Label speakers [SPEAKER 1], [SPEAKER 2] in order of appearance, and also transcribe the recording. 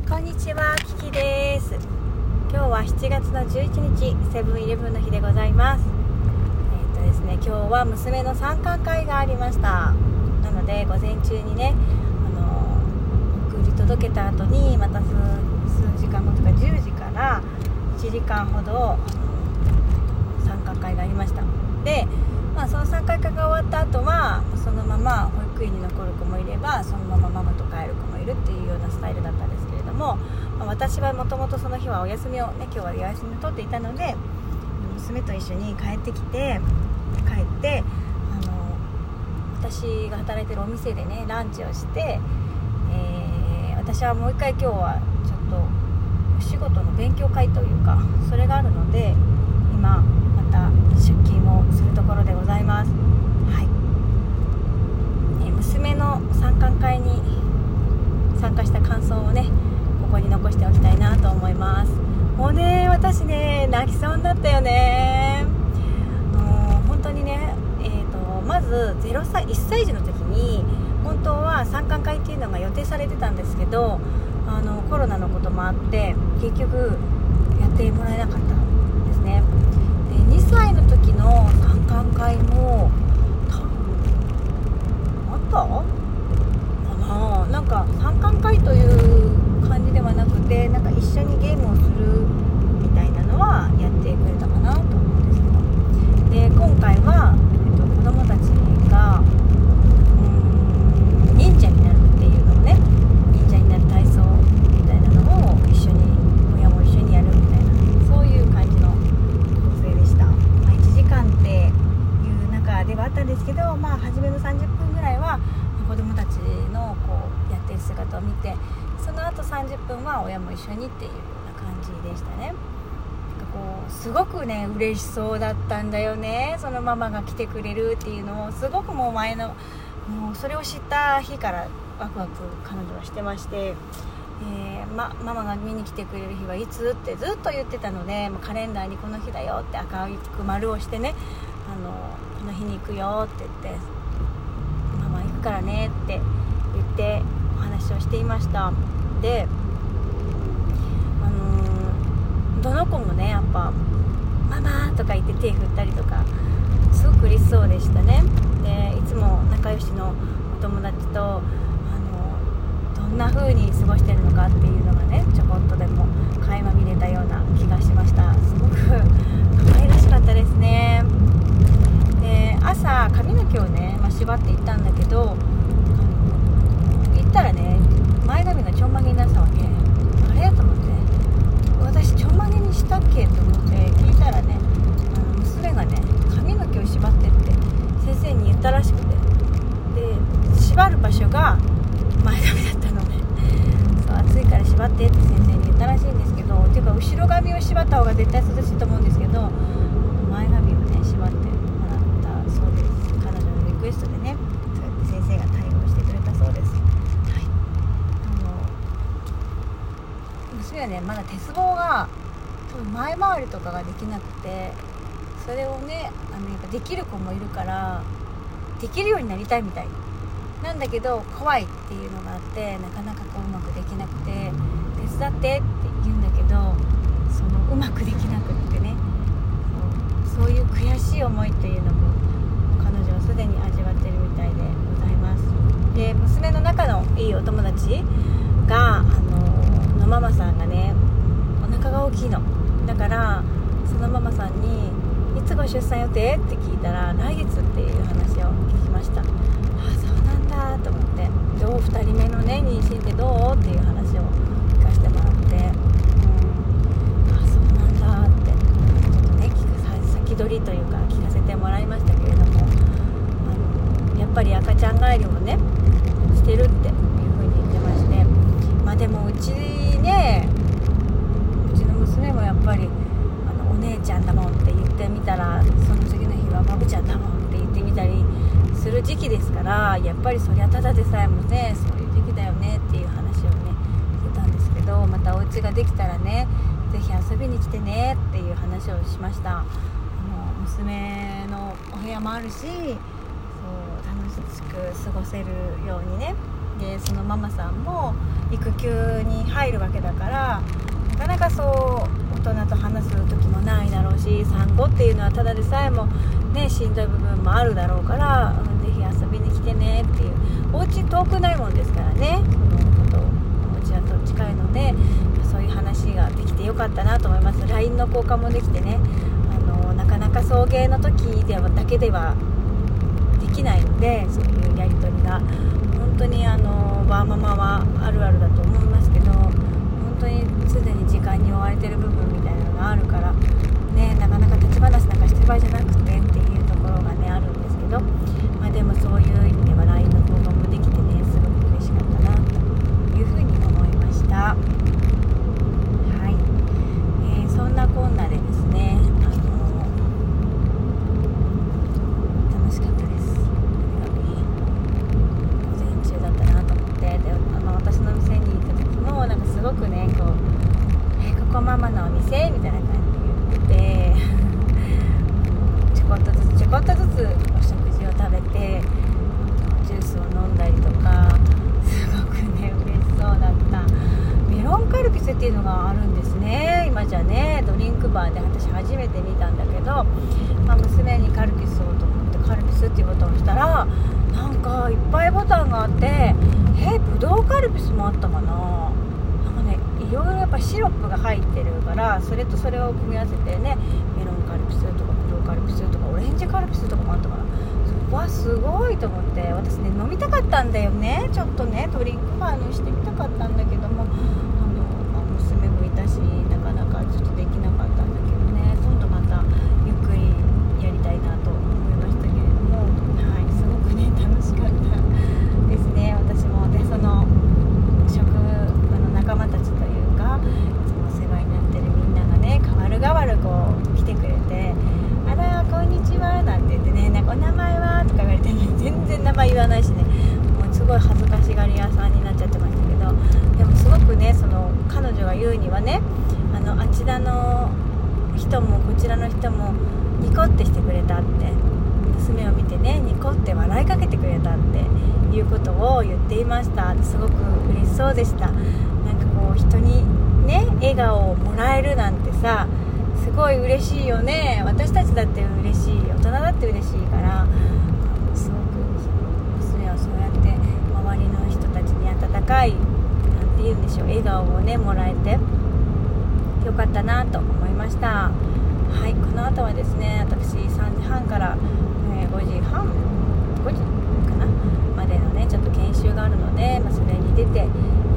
[SPEAKER 1] こんにちは、キキです。今日は7月の11日、セブンイレブンの日でございます。ですね、今日は娘の参観会がありました。なので午前中にね、送り届けた後にまた数時間後とか10時から1時間ほど参観会がありました。で、その参観会が終わった後はそのまま保育園に残る子もいれば、そのままママと帰る子もいるっていうようなスタイルだったんですけれども、私はもともとその日はお休みをね、今日はお休みを取っていたので、娘と一緒に帰って私が働いてるお店でねランチをして、私はもう一回今日はちょっとお仕事の勉強会というかそれがあるので、今また出勤をするところでございます。はい。娘の参観会に参加した感想をね、ここに残しておきたいなと思います。もうね、私ね、泣きそうになったよね。本当にね、まず1歳児の時に本当は参観会っていうのが予定されてたんですけど、コロナのこともあって結局やってもらえなかったんですね。で、2歳の時の参観会も多分あったかな。なんか参観会という感じではなくて、なんか一緒にゲームをするみたいなのはやってくれたかなと思うんですけど、で今回は、子供たちが忍者になるっていうのをね、忍者になる体操みたいなのを一緒に親も一緒にやるみたいな、そういう感じの構成でした。1時間っていう中ではあったんですけど、初めの30分ぐらいは子供たちのこうやってる姿を見て、その後30分は親も一緒にっていうような感じでしたね。すごくね嬉しそうだったんだよね。そのママが来てくれるっていうのをすごくもうそれを知った日からワクワク彼女はしてまして、ママが見に来てくれる日はいつってずっと言ってたので、カレンダーにこの日だよって赤く丸をしてね、この日に行くよって言って、ママ行くからねって言ってお話をしていました。で、どの子もねやっぱママとか言って手振ったりとかすごく嬉しそうでしたね。で、いつも仲良しのお友達とどんな風に過ごしてるのかっていうのがね、ちょこっとでも垣間見れたような気がしました。すごく可愛らしかったですね。で、朝髪の毛をね、縛って行ったんだけど、行ったらね前髪がちょんまげになってたわけ。あれと思って、私ちょんまげにしたっけと思って聞いたらね、娘がね髪の毛を縛ってって先生に言ったらしくて、で縛る場所が前髪だったので、そう暑いから縛ってって先生に言ったらしいんですけど、っていうか後ろ髪を縛った方が絶対涼しいと思うんですけど、前髪をね縛ってもらったそうです。彼女のリクエストでね、そうやって先生が対応してくれたそうです。はい。娘はねまだ鉄棒が前回りとかができなくて、それをねやっぱできる子もいるからできるようになりたいみたいなんだけど、怖いっていうのがあってなかなかこううまくできなくて、手伝ってって言うんだけど、そのうまくできなくってね、そういう悔しい思いっていうのも彼女はすでに味わってるみたいでございます。で、娘の仲のいいお友達がのママさんがねお腹が大きいのだから、そのママさんにいつご出産予定って聞いたら来月っていう話を聞きました。そうなんだと思って、どう2人目のね妊娠ってどうっていう話を聞かせてもらって、そうなんだってちょっとね先取りというか聞かせてもらいましたけれども、やっぱり赤ちゃん帰りもねしてるっていう風に言ってまして、でもうちの娘もやっぱりお姉ちゃんだもんって言ってみたら、その次の日はバブちゃんだもんって言ってみたりする時期ですから、やっぱりそりゃただでさえもねそういう時期だよねっていう話をねしてたんですけど、またお家ができたらねぜひ遊びに来てねっていう話をしました。娘のお部屋もあるし、そう楽しく過ごせるようにね。でそのママさんも育休に入るわけだから、なかなかそう大人と話す時もないだろうし、産後っていうのはただでさえもねしんどい部分もあるだろうから、ぜひ遊びに来てねっていう。お家遠くないもんですからね、お家はと近いので、そういう話ができてよかったなと思います。 LINE の交換もできてね、なかなか送迎の時だけではできないので、そういうやり取りが本当にワーママはあるあるだと思いますけど、本当に常に時間に追われてる部分みたいなのがあるからね、なかなか立ち話なんかしてる場合じゃなくてっていうところがねあるんですけど、でもそういう意味では LINE の交換もできてね、すごく嬉しかったなというふうに思いました。はい、そんなこんなでですね、楽しかったです。午前中だったなと思って、で私の店に行った時もなんかすごくねここママのお店みたいな感じで言っててちょこっとずつお食事を食べてジュースを飲んだりとか、すごくね嬉しそうだった。メロンカルピスっていうのがあるんですね。今じゃねドリンクバーで私初めて見たんだけど、娘にカルピスをと思ってカルピスっていうボタンを押したら、なんかいっぱいボタンがあって、ブドウカルピスもあったかな。なんかねいろいろやっぱシロップが入ってるから、それとそれを組み合わせてね、メロンカルピスとかブドウカルピスとかオレンジカルピスとかもあったかな。すごいと思って、私ね飲みたかったんだよね。ちょっとねドリンクバーにしてみたかったんだけども、娘もいたしなかなかちょっとできなかったんだけどね、今度またゆっくりやりたいなと思いましたけれども、すごくね楽しかったですね。私もでその職場の仲間たちというか、いつもお世話になってるみんながね代わる代わるこう来てくれて、あらこんにちはなんて言ってね、なんかお名前はとか言われてね、全然名前言わないしね、もうすごい恥ずかしがり屋さんになっちゃってましたけど、でもすごくね彼女が言うにはね、あちらの人もこちらの人もニコってしてくれたって、娘を見てねニコって笑いかけてくれたっていうことを言っていました。すごく嬉しそうでした。なんかこう人にね笑顔をもらえるなんてさ、すごい嬉しいよね。私たちだって嬉しい、大人だって嬉しいから、すごく娘はそうやって周りの人たちに温かいなんて言うんでしょう、笑顔をねもらえてよかったなと思いました。はい、この後はですね、私3時半から、5時かなまでのねちょっと研修があるので、それに出て、